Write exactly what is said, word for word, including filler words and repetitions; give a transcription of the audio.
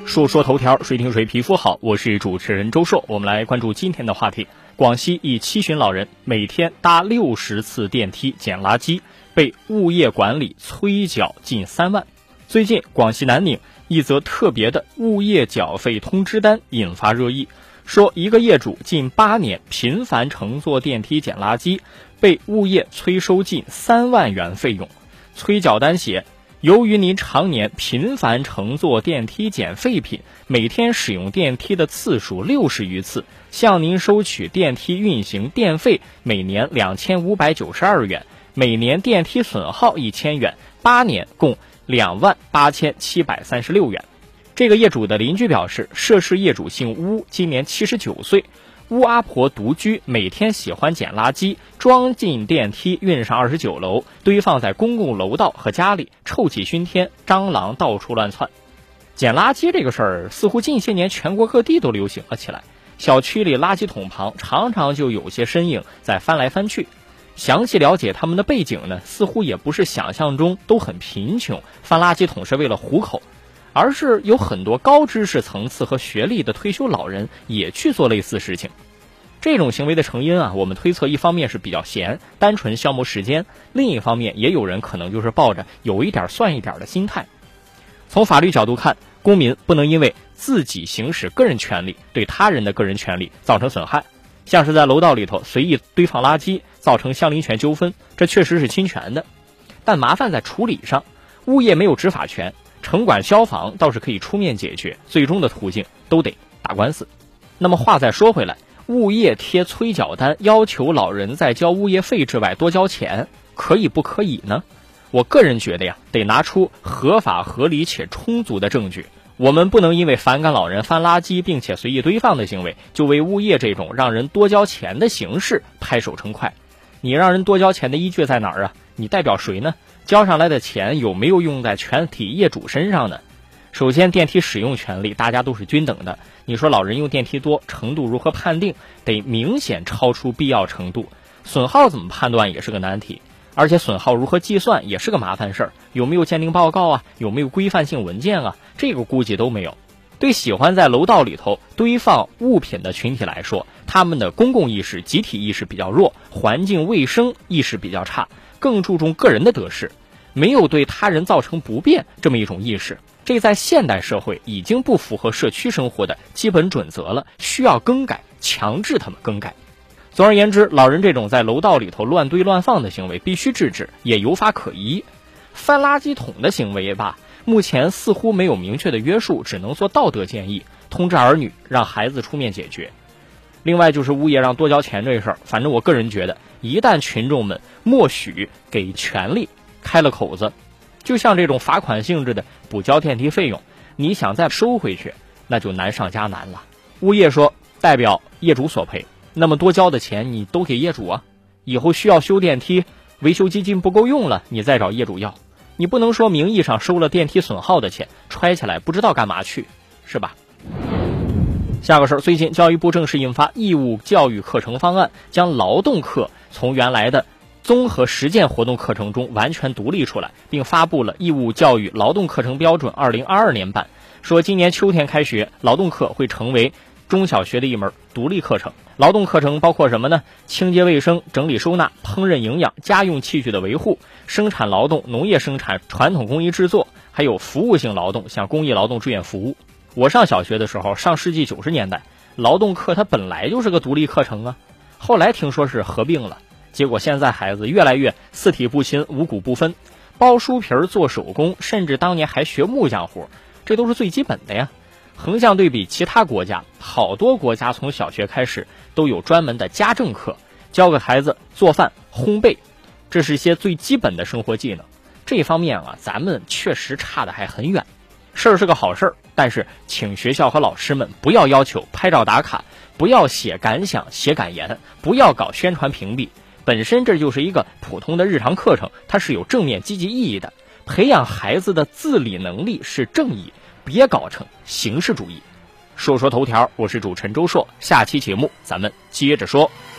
说说头条，谁听谁皮肤好，我是主持人周硕。我们来关注今天的话题。广西一七旬老人每天搭六十次电梯捡垃圾，被物业管理催缴近三万。最近广西南宁一则特别的物业缴费通知单引发热议，说一个业主近八年频繁乘坐电梯捡垃圾，被物业催收近三万元费用。催缴单写，由于您常年频繁乘坐电梯捡废品，每天使用电梯的次数六十余次，向您收取电梯运行电费每年两千五百九十二元，每年电梯损耗一千元，八年共两万八千七百三十六元。这个业主的邻居表示，涉事业主姓邬，今年七十九岁，邬阿婆独居，每天喜欢捡垃圾，装进电梯运上二十九楼，堆放在公共楼道和家里，臭气熏天，蟑螂到处乱窜。捡垃圾这个事儿似乎近些年全国各地都流行了起来，小区里垃圾桶旁常常就有些身影在翻来翻去。详细了解他们的背景呢，似乎也不是想象中都很贫穷，翻垃圾桶是为了糊口，而是有很多高知识层次和学历的退休老人也去做类似事情。这种行为的成因啊，我们推测一方面是比较闲，单纯消磨时间，另一方面也有人可能就是抱着有一点算一点的心态。从法律角度看，公民不能因为自己行使个人权利对他人的个人权利造成损害，像是在楼道里头随意堆放垃圾造成相邻权纠纷，这确实是侵权的。但麻烦在处理上，物业没有执法权，城管消防倒是可以出面解决，最终的途径都得打官司。那么话再说回来，物业贴催缴单要求老人在交物业费之外多交钱，可以不可以呢？我个人觉得呀，得拿出合法合理且充足的证据。我们不能因为反感老人翻垃圾并且随意堆放的行为，就为物业这种让人多交钱的形式拍手称快。你让人多交钱的依据在哪儿啊？你代表谁呢？交上来的钱有没有用在全体业主身上呢？首先，电梯使用权利大家都是均等的，你说老人用电梯多，程度如何判定？得明显超出必要程度。损耗怎么判断也是个难题，而且损耗如何计算也是个麻烦事儿，有没有鉴定报告啊？有没有规范性文件啊？这个估计都没有。对喜欢在楼道里头堆放物品的群体来说，他们的公共意识、集体意识比较弱，环境卫生意识比较差，更注重个人的得失，没有对他人造成不便这么一种意识。这在现代社会已经不符合社区生活的基本准则了，需要更改，强制他们更改。总而言之，老人这种在楼道里头乱堆乱放的行为必须制止，也有法可依。翻垃圾桶的行为也罢，目前似乎没有明确的约束，只能做道德建议，通知儿女，让孩子出面解决。另外就是物业让多交钱这事儿，反正我个人觉得，一旦群众们默许给权利开了口子，就像这种罚款性质的补交电梯费用，你想再收回去，那就难上加难了。物业说代表业主索赔，那么多交的钱你都给业主啊，以后需要修电梯，维修基金不够用了，你再找业主要。你不能说名义上收了电梯损耗的钱，揣起来不知道干嘛去，是吧？下个事儿，最近教育部正式印发义务教育课程方案，将劳动课从原来的综合实践活动课程中完全独立出来，并发布了义务教育劳动课程标准二零二二年版，说今年秋天开学，劳动课会成为中小学的一门独立课程。劳动课程包括什么呢？清洁卫生、整理收纳、烹饪营养、家用器具的维护、生产劳动、农业生产、传统工艺制作，还有服务性劳动，像公益劳动志愿服务。我上小学的时候，上世纪九十年代，劳动课它本来就是个独立课程啊，后来听说是合并了，结果现在孩子越来越四体不勤，五谷不分，包书皮儿、做手工，甚至当年还学木匠活，这都是最基本的呀。横向对比其他国家，好多国家从小学开始都有专门的家政课，教给孩子做饭、烘焙，这是一些最基本的生活技能。这一方面啊，咱们确实差得还很远。事儿是个好事儿，但是请学校和老师们不要要求拍照打卡，不要写感想、写感言，不要搞宣传屏蔽。本身这就是一个普通的日常课程，它是有正面积极意义的。培养孩子的自理能力是正义，别搞成形式主义。说说头条，我是主持人周硕，下期节目咱们接着说。